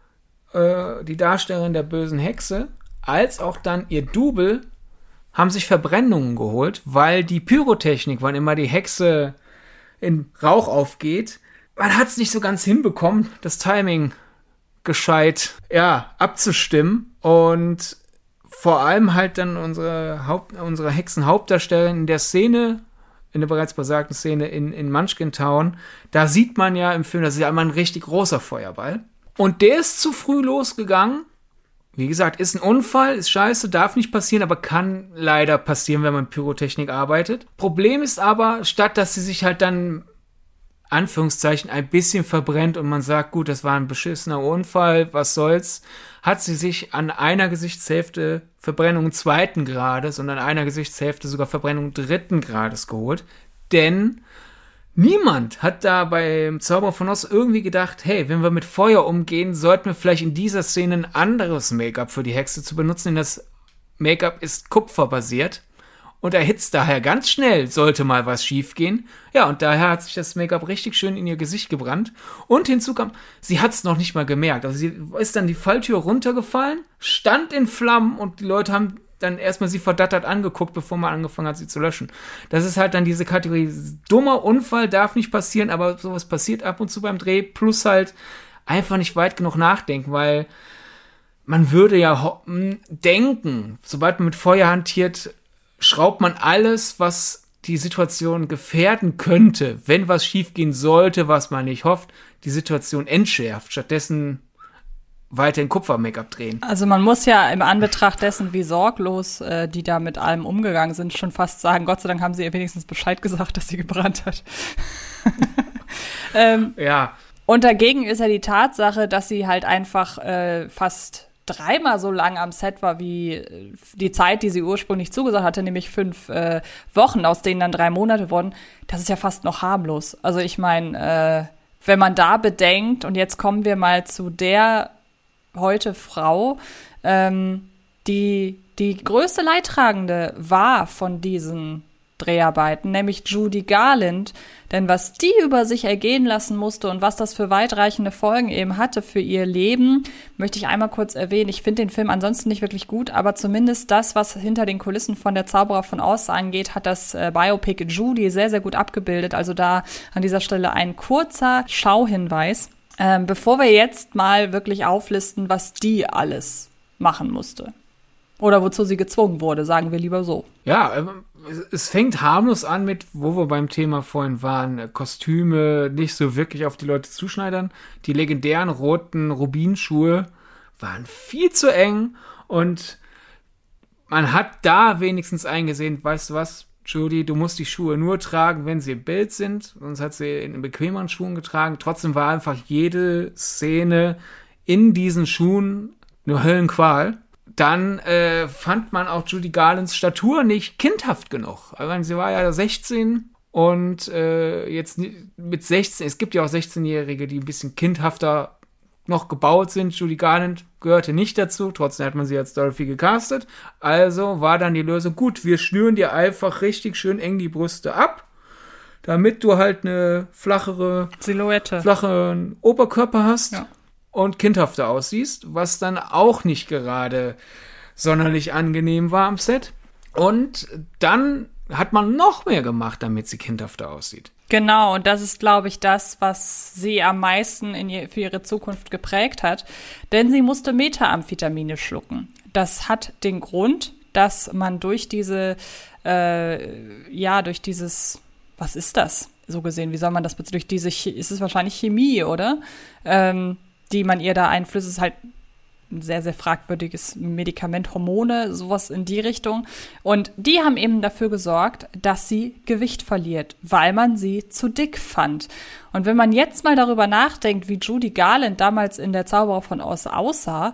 äh, die Darstellerin der bösen Hexe als auch dann ihr Double haben sich Verbrennungen geholt, weil die Pyrotechnik, wann immer die Hexe in Rauch aufgeht, man hat es nicht so ganz hinbekommen, das Timing gescheit ja, abzustimmen. Und vor allem halt dann unsere, Haupt, unsere Hexenhauptdarstellerin in der Szene, in der bereits besagten Szene in, in Munchkin Town, da sieht man ja im Film, das ist ja immer ein richtig großer Feuerball. Und der ist zu früh losgegangen. Wie gesagt, ist ein Unfall, ist scheiße, darf nicht passieren, aber kann leider passieren, wenn man mit Pyrotechnik arbeitet. Problem ist aber, statt dass sie sich halt dann Anführungszeichen ein bisschen verbrennt und man sagt, gut, das war ein beschissener Unfall, was soll's, hat sie sich an einer Gesichtshälfte Verbrennung zweiten Grades und an einer Gesichtshälfte sogar Verbrennung dritten Grades geholt. Denn niemand hat da beim Zauberer von Oz irgendwie gedacht, hey, wenn wir mit Feuer umgehen, sollten wir vielleicht in dieser Szene ein anderes Make-up für die Hexe zu benutzen, denn das Make-up ist kupferbasiert. Und erhitzt daher ganz schnell, sollte mal was schief gehen. Ja, und daher hat sich das Make-up richtig schön in ihr Gesicht gebrannt. Und hinzu kam, sie hat es noch nicht mal gemerkt. Also sie ist dann die Falltür runtergefallen, stand in Flammen und die Leute haben dann erstmal sie verdattert angeguckt, bevor man angefangen hat, sie zu löschen. Das ist halt dann diese Kategorie, dummer Unfall darf nicht passieren, aber sowas passiert ab und zu beim Dreh. Plus halt einfach nicht weit genug nachdenken, weil man würde ja ho- denken, sobald man mit Feuer hantiert, schraubt man alles, was die Situation gefährden könnte, wenn was schiefgehen sollte, was man nicht hofft, die Situation entschärft. Stattdessen weiter in Kupfer-Make-up drehen. Also man muss ja im Anbetracht dessen, wie sorglos äh, die da mit allem umgegangen sind, schon fast sagen, Gott sei Dank haben sie ihr wenigstens Bescheid gesagt, dass sie gebrannt hat. ähm, ja. Und dagegen ist ja die Tatsache, dass sie halt einfach äh, fast dreimal so lang am Set war wie die Zeit, die sie ursprünglich zugesagt hatte, nämlich fünf äh, Wochen, aus denen dann drei Monate wurden. Das ist ja fast noch harmlos. Also ich meine, äh, wenn man da bedenkt, und jetzt kommen wir mal zu der heute Frau, ähm, die die größte Leidtragende war von diesen Dreharbeiten, nämlich Judy Garland. Denn was die über sich ergehen lassen musste und was das für weitreichende Folgen eben hatte für ihr Leben, möchte ich einmal kurz erwähnen. Ich finde den Film ansonsten nicht wirklich gut, aber zumindest das, was hinter den Kulissen von der Zauberer von Oz angeht, hat das äh, Biopic Judy sehr, sehr gut abgebildet. Also da an dieser Stelle ein kurzer Schauhinweis, ähm, bevor wir jetzt mal wirklich auflisten, was die alles machen musste. Oder wozu sie gezwungen wurde, sagen wir lieber so. Ja, es fängt harmlos an mit, wo wir beim Thema vorhin waren, Kostüme nicht so wirklich auf die Leute zuschneidern. Die legendären roten Rubinschuhe waren viel zu eng und man hat da wenigstens eingesehen, weißt du was, Judy, du musst die Schuhe nur tragen, wenn sie im Bild sind. Sonst hat sie in bequemeren Schuhen getragen. Trotzdem war einfach jede Szene in diesen Schuhen eine Höllenqual. Dann äh, fand man auch Judy Garlands Statur nicht kindhaft genug. Ich meine, sie war ja sechzehn und äh, jetzt mit sechzehn, es gibt ja auch sechzehnjährige, die ein bisschen kindhafter noch gebaut sind. Judy Garland gehörte nicht dazu, trotzdem hat man sie als Dorothy gecastet. Also war dann die Lösung, gut, wir schnüren dir einfach richtig schön eng die Brüste ab, damit du halt eine flachere Silhouette, flachen Oberkörper hast. Ja. Und kindhafter aussiehst, was dann auch nicht gerade sonderlich angenehm war am Set. Und dann hat man noch mehr gemacht, damit sie kindhafter aussieht. Genau, und das ist, glaube ich, das, was sie am meisten in je, für ihre Zukunft geprägt hat. Denn sie musste Methamphetamine schlucken. Das hat den Grund, dass man durch diese, äh, ja, durch dieses, was ist das? So gesehen, wie soll man das bitte, durch diese, ist es wahrscheinlich Chemie, oder? Ähm, die man ihr da einflößt, ist halt ein sehr, sehr fragwürdiges Medikament, Hormone, sowas in die Richtung. Und die haben eben dafür gesorgt, dass sie Gewicht verliert, weil man sie zu dick fand. Und wenn man jetzt mal darüber nachdenkt, wie Judy Garland damals in Der Zauberer von Oz aussah,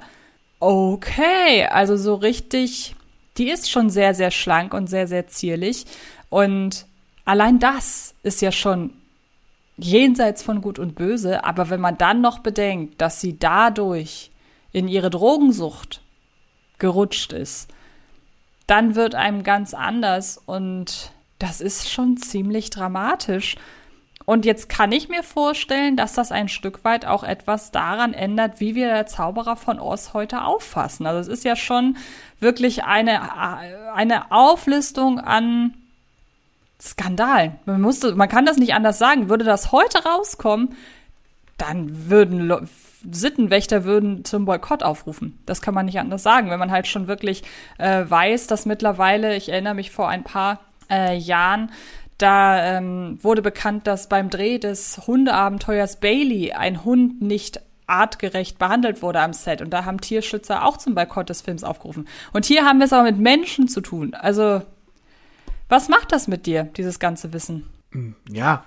okay, also so richtig, die ist schon sehr, sehr schlank und sehr, sehr zierlich. Und allein das ist ja schon jenseits von Gut und Böse, aber wenn man dann noch bedenkt, dass sie dadurch in ihre Drogensucht gerutscht ist, dann wird einem ganz anders und das ist schon ziemlich dramatisch. Und jetzt kann ich mir vorstellen, dass das ein Stück weit auch etwas daran ändert, wie wir der Zauberer von Oz heute auffassen. Also es ist ja schon wirklich eine, eine Auflistung an Skandal. Man musste, man kann das nicht anders sagen. Würde das heute rauskommen, dann würden Le- Sittenwächter würden zum Boykott aufrufen. Das kann man nicht anders sagen. Wenn man halt schon wirklich äh, weiß, dass mittlerweile, ich erinnere mich vor ein paar äh, Jahren, da ähm, wurde bekannt, dass beim Dreh des Hundeabenteuers Bailey ein Hund nicht artgerecht behandelt wurde am Set. Und da haben Tierschützer auch zum Boykott des Films aufgerufen. Und hier haben wir es aber mit Menschen zu tun. Also was macht das mit dir, dieses ganze Wissen? Ja,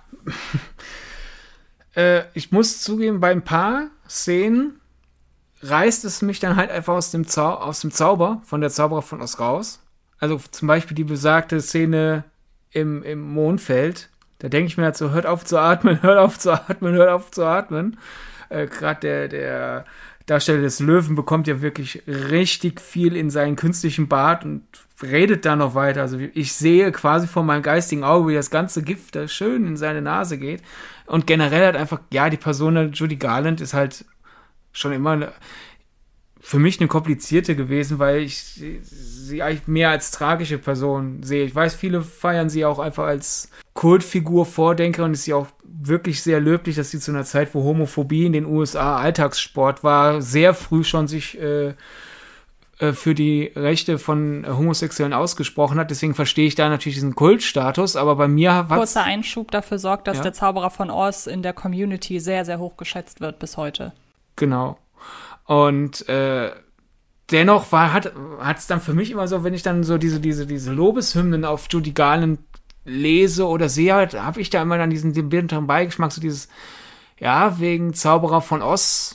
äh, ich muss zugeben, bei ein paar Szenen reißt es mich dann halt einfach aus dem, Zau- aus dem Zauber, von der Zauberer von Oz raus. Also zum Beispiel die besagte Szene im, im Mondfeld. Da denke ich mir halt so, hört auf zu atmen, hört auf zu atmen, hört auf zu atmen. Äh, Gerade der, der Darsteller des Löwen bekommt ja wirklich richtig viel in seinen künstlichen Bart und redet da noch weiter. Also ich sehe quasi vor meinem geistigen Auge, wie das ganze Gift da schön in seine Nase geht. Und generell halt einfach, ja, die Person Judy Garland ist halt schon immer eine, für mich eine komplizierte gewesen, weil ich sie, sie eigentlich mehr als tragische Person sehe. Ich weiß, viele feiern sie auch einfach als Kultfigur, Vordenker und ist sie auch wirklich sehr löblich, dass sie zu einer Zeit, wo Homophobie in den U S A Alltagssport war, sehr früh schon sich äh, für die Rechte von Homosexuellen ausgesprochen hat. Deswegen verstehe ich da natürlich diesen Kultstatus, aber bei mir hat kurzer Einschub dafür sorgt, dass ja? der Zauberer von Oz in der Community sehr, sehr hoch geschätzt wird bis heute. Genau. Und äh, dennoch war, hat es dann für mich immer so, wenn ich dann so diese, diese, diese Lobeshymnen auf Judy Garland lese oder sehe, halt, habe ich da immer dann diesen den bitteren Beigeschmack, so dieses, ja, wegen Zauberer von Oz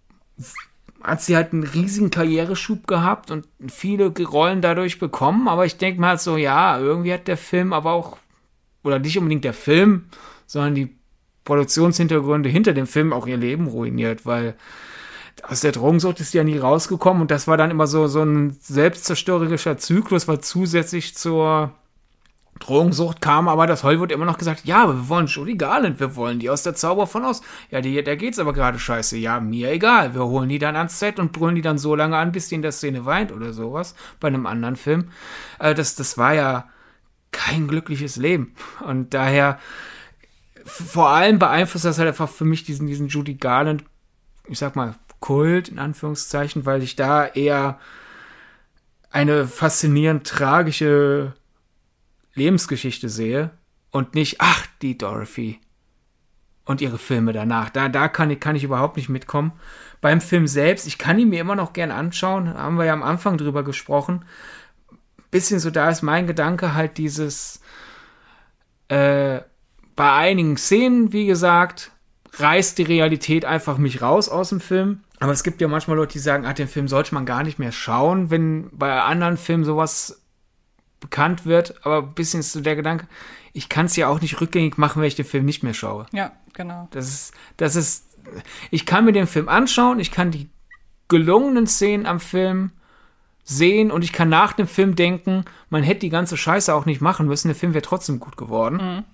hat sie halt einen riesigen Karriereschub gehabt und viele Rollen dadurch bekommen, aber ich denke mir halt so, ja, irgendwie hat der Film aber auch, oder nicht unbedingt der Film, sondern die Produktionshintergründe hinter dem Film auch ihr Leben ruiniert, weil aus der Drogensucht ist sie ja nie rausgekommen und das war dann immer so, so ein selbstzerstörerischer Zyklus, weil zusätzlich zur Drogensucht kam aber das Hollywood immer noch gesagt, ja, aber wir wollen Judy Garland, wir wollen die aus der Zauberer von Oz. Ja, die, der geht's aber gerade scheiße. Ja, mir egal. Wir holen die dann ans Set und brüllen die dann so lange an, bis die in der Szene weint oder sowas. Bei einem anderen Film. Äh, das, das war ja kein glückliches Leben. Und daher, vor allem beeinflusst das halt einfach für mich diesen, diesen Judy Garland, ich sag mal, Kult, in Anführungszeichen, weil ich da eher eine faszinierend tragische Lebensgeschichte sehe und nicht, ach, die Dorothy und ihre Filme danach. Da, da kann ich, kann ich überhaupt nicht mitkommen. Beim Film selbst, ich kann ihn mir immer noch gern anschauen, haben wir ja am Anfang drüber gesprochen. Bisschen so, da ist mein Gedanke halt dieses, äh, bei einigen Szenen, wie gesagt, reißt die Realität einfach mich raus aus dem Film. Aber es gibt ja manchmal Leute, die sagen, ach, den Film sollte man gar nicht mehr schauen, wenn bei anderen Filmen sowas bekannt wird. Aber ein bisschen ist so der Gedanke, ich kann es ja auch nicht rückgängig machen, wenn ich den Film nicht mehr schaue. Ja, genau. Das ist, das ist, ich kann mir den Film anschauen, ich kann die gelungenen Szenen am Film sehen und ich kann nach dem Film denken, man hätte die ganze Scheiße auch nicht machen müssen, der Film wäre trotzdem gut geworden. Mhm.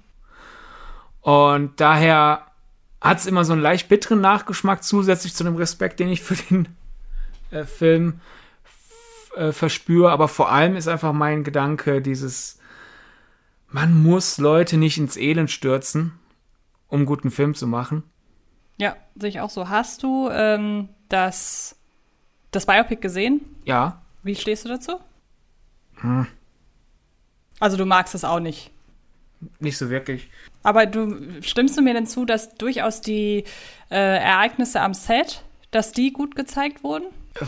Und daher hat es immer so einen leicht bitteren Nachgeschmack, zusätzlich zu dem Respekt, den ich für den äh, Film f- äh, verspüre. Aber vor allem ist einfach mein Gedanke dieses, man muss Leute nicht ins Elend stürzen, um einen guten Film zu machen. Ja, sehe ich auch so. Hast du ähm, das, das Biopic gesehen? Ja. Wie stehst du dazu? Hm. Also du magst es auch nicht? Nicht so wirklich. Aber du stimmst du mir denn zu, dass durchaus die äh, Ereignisse am Set, dass die gut gezeigt wurden?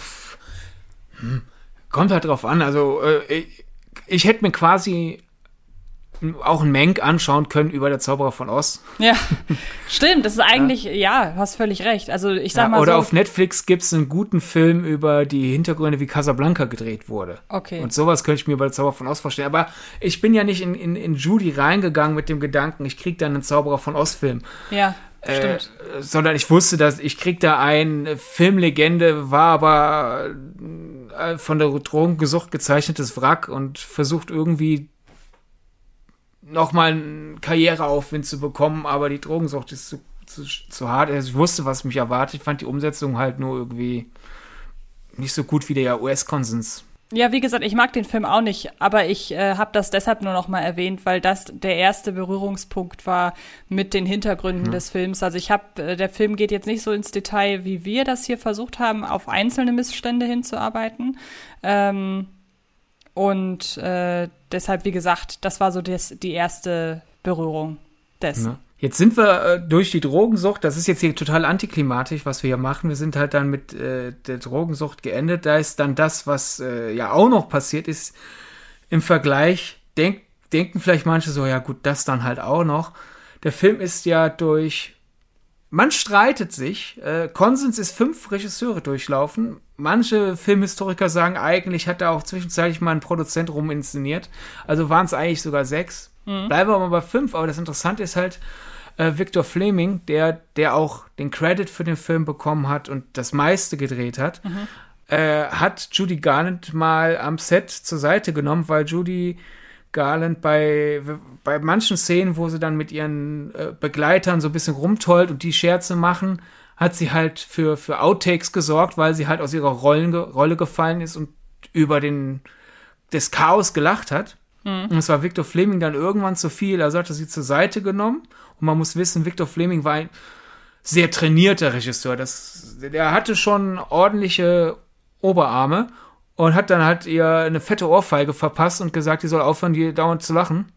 Hm. Kommt halt drauf an. Also äh, ich, ich hätte mir quasi auch einen Menk anschauen können über Der Zauberer von Oz. Ja, stimmt. Das ist eigentlich, ja, ja hast völlig recht. Also ich sag ja, mal oder so. Oder auf Netflix gibt es einen guten Film über die Hintergründe, wie Casablanca gedreht wurde. Okay. Und sowas könnte ich mir bei Der Zauberer von Oz vorstellen. Aber ich bin ja nicht in, in, in Judy reingegangen mit dem Gedanken, ich krieg dann einen Zauberer von Oz-Film. Ja, äh, stimmt. Sondern ich wusste, dass ich krieg da eine Filmlegende, war aber äh, von der Drogengesucht gezeichnetes Wrack und versucht irgendwie nochmal einen Karriereaufwind zu bekommen, aber die Drogensucht ist zu, zu, zu hart. Also ich wusste, was mich erwartet. Ich fand die Umsetzung halt nur irgendwie nicht so gut wie der U S-Konsens. Ja, wie gesagt, ich mag den Film auch nicht, aber ich äh, habe das deshalb nur noch mal erwähnt, weil das der erste Berührungspunkt war mit den Hintergründen mhm. des Films. Also ich habe, äh, der Film geht jetzt nicht so ins Detail, wie wir das hier versucht haben, auf einzelne Missstände hinzuarbeiten. Ähm, Und äh, deshalb, wie gesagt, das war so des, die erste Berührung dessen. Ja. Jetzt sind wir äh, durch die Drogensucht, das ist jetzt hier total antiklimatisch, was wir hier machen. Wir sind halt dann mit äh, der Drogensucht geendet. Da ist dann das, was äh, ja auch noch passiert ist, im Vergleich, denk, denken vielleicht manche so, ja gut, das dann halt auch noch. Der Film ist ja durch, man streitet sich, äh, Konsens ist fünf Regisseure durchlaufen. Manche Filmhistoriker sagen, eigentlich hat da auch zwischenzeitlich mal ein Produzent ruminszeniert. Also waren es eigentlich sogar sechs. Mhm. Bleiben wir mal bei fünf. Aber das Interessante ist halt äh, Victor Fleming, der, der auch den Credit für den Film bekommen hat und das meiste gedreht hat, mhm. äh, hat Judy Garland mal am Set zur Seite genommen, weil Judy Garland bei, bei manchen Szenen, wo sie dann mit ihren äh, Begleitern so ein bisschen rumtollt und die Scherze machen, hat sie halt für, für Outtakes gesorgt, weil sie halt aus ihrer Rollen, Rolle gefallen ist und über den, das Chaos gelacht hat. Mhm. Und es war Victor Fleming dann irgendwann zu viel, also hat er sie zur Seite genommen. Und man muss wissen, Victor Fleming war ein sehr trainierter Regisseur. Das, der hatte schon ordentliche Oberarme und hat dann halt ihr eine fette Ohrfeige verpasst und gesagt, die soll aufhören, die dauernd zu lachen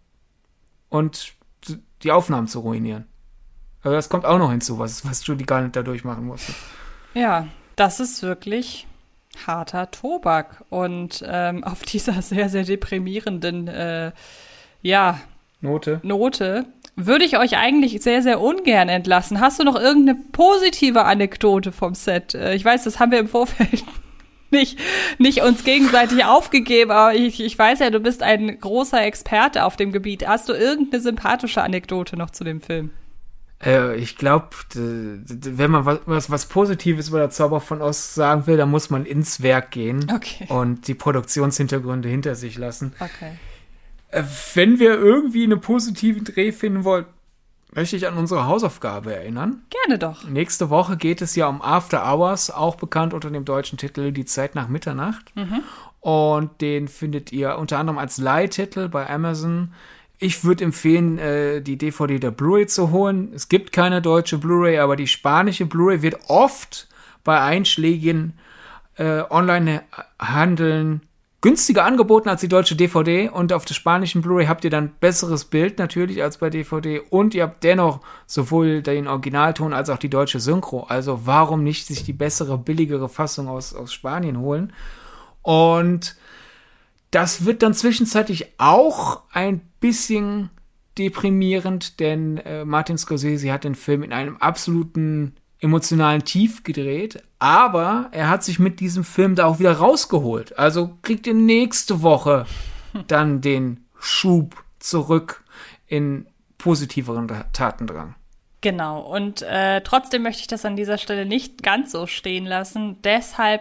und die Aufnahmen zu ruinieren. Also das kommt auch noch hinzu, was, was Judy Garland da durchmachen musste. Ja, das ist wirklich harter Tobak. Und ähm, auf dieser sehr, sehr deprimierenden äh, ja, Note. Note würde ich euch eigentlich sehr, sehr ungern entlassen. Hast du noch irgendeine positive Anekdote vom Set? Äh, ich weiß, das haben wir im Vorfeld nicht, nicht uns gegenseitig aufgegeben, aber ich, ich weiß ja, du bist ein großer Experte auf dem Gebiet. Hast du irgendeine sympathische Anekdote noch zu dem Film? Äh, ich glaube, wenn man was, was Positives über der Zauber von Oz sagen will, dann muss man ins Werk gehen okay. und die Produktionshintergründe hinter sich lassen. Okay. Äh, wenn wir irgendwie einen positiven Dreh finden wollen, möchte ich an unsere Hausaufgabe erinnern. Gerne doch. Nächste Woche geht es ja um After Hours, auch bekannt unter dem deutschen Titel Die Zeit nach Mitternacht. Mhm. Und den findet ihr unter anderem als Leihtitel bei Amazon. Ich würde empfehlen, äh, die D V D der Blu-ray zu holen. Es gibt keine deutsche Blu-ray, aber die spanische Blu-ray wird oft bei einschlägigen äh, Online-Handeln günstiger angeboten als die deutsche D V D und auf der spanischen Blu-ray habt ihr dann besseres Bild natürlich als bei D V D und ihr habt dennoch sowohl den Originalton als auch die deutsche Synchro. Also warum nicht sich die bessere, billigere Fassung aus, aus Spanien holen? Und das wird dann zwischenzeitlich auch ein bisschen deprimierend, denn äh, Martin Scorsese hat den Film in einem absoluten emotionalen Tief gedreht, aber er hat sich mit diesem Film da auch wieder rausgeholt. Also kriegt ihr nächste Woche dann den Schub zurück in positiveren Tatendrang. Genau, und äh, trotzdem möchte ich das an dieser Stelle nicht ganz so stehen lassen. Deshalb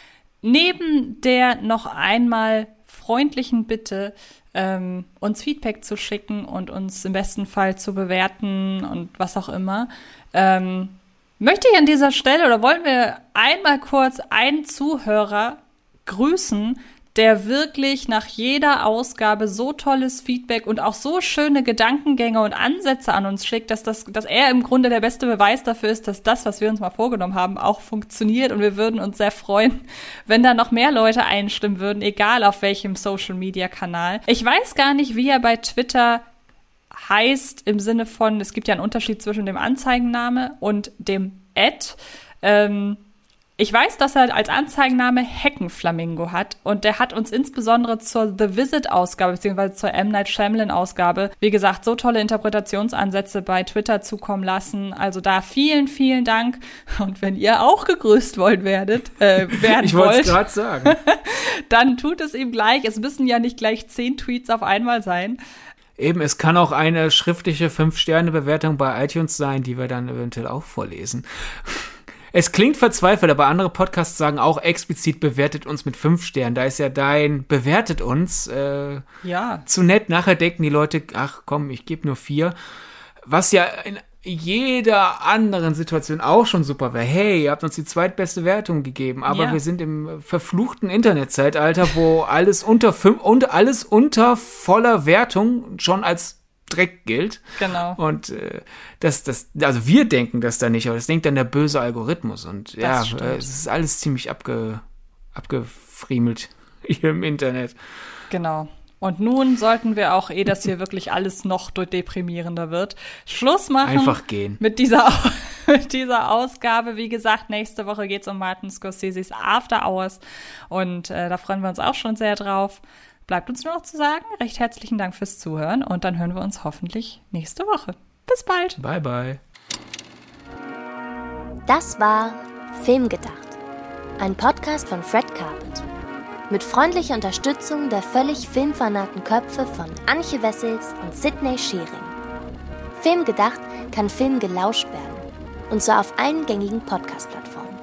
neben der noch einmal freundlichen Bitte, ähm, uns Feedback zu schicken und uns im besten Fall zu bewerten und was auch immer, ähm, möchte ich an dieser Stelle oder wollen wir einmal kurz einen Zuhörer grüßen, der wirklich nach jeder Ausgabe so tolles Feedback und auch so schöne Gedankengänge und Ansätze an uns schickt, dass das, dass er im Grunde der beste Beweis dafür ist, dass das, was wir uns mal vorgenommen haben, auch funktioniert. Und wir würden uns sehr freuen, wenn da noch mehr Leute einstimmen würden, egal auf welchem Social-Media-Kanal. Ich weiß gar nicht, wie er bei Twitter heißt, im Sinne von, es gibt ja einen Unterschied zwischen dem Anzeigenname und dem Ad. Ähm, Ich weiß, dass er als Anzeigenname Heckenflamingo hat und der hat uns insbesondere zur The Visit-Ausgabe beziehungsweise zur M. Night Shyamalan-Ausgabe, wie gesagt, so tolle Interpretationsansätze bei Twitter zukommen lassen. Also da vielen, vielen Dank. Und wenn ihr auch gegrüßt wollt werdet, äh, werden ich wollt, wollte es gerade sagen, dann tut es ihm gleich. Es müssen ja nicht gleich zehn Tweets auf einmal sein. Eben, es kann auch eine schriftliche fünf Sterne Bewertung bei iTunes sein, die wir dann eventuell auch vorlesen. Es klingt verzweifelt, aber andere Podcasts sagen auch explizit, bewertet uns mit fünf Sternen. Da ist ja dein, bewertet uns, äh, ja. zu nett. Nachher denken die Leute, ach komm, ich gebe nur vier. Was ja in jeder anderen Situation auch schon super wäre. Hey, ihr habt uns die zweitbeste Wertung gegeben, aber ja. wir sind im verfluchten Internetzeitalter, wo alles unter fünf, und alles unter voller Wertung schon als Dreck gilt. Genau. Und äh, das, das, also wir denken das da nicht, aber das denkt dann der böse Algorithmus. Und ja, äh, es ist alles ziemlich abge, abgefriemelt hier im Internet. Genau. Und nun sollten wir auch, eh, dass hier wirklich alles noch deprimierender wird, Schluss machen. Einfach gehen. Mit dieser, mit dieser Ausgabe. Wie gesagt, nächste Woche geht's um Martin Scorseses After Hours. Und äh, da freuen wir uns auch schon sehr drauf. Bleibt uns nur noch zu sagen, recht herzlichen Dank fürs Zuhören und dann hören wir uns hoffentlich nächste Woche. Bis bald. Bye, bye. Das war Filmgedacht, ein Podcast von Fred Carpet. Mit freundlicher Unterstützung der völlig filmfanaten Köpfe von Antje Wessels und Sidney Schering. Filmgedacht kann Film gelauscht werden, und zwar auf allen gängigen Podcast-Plattformen.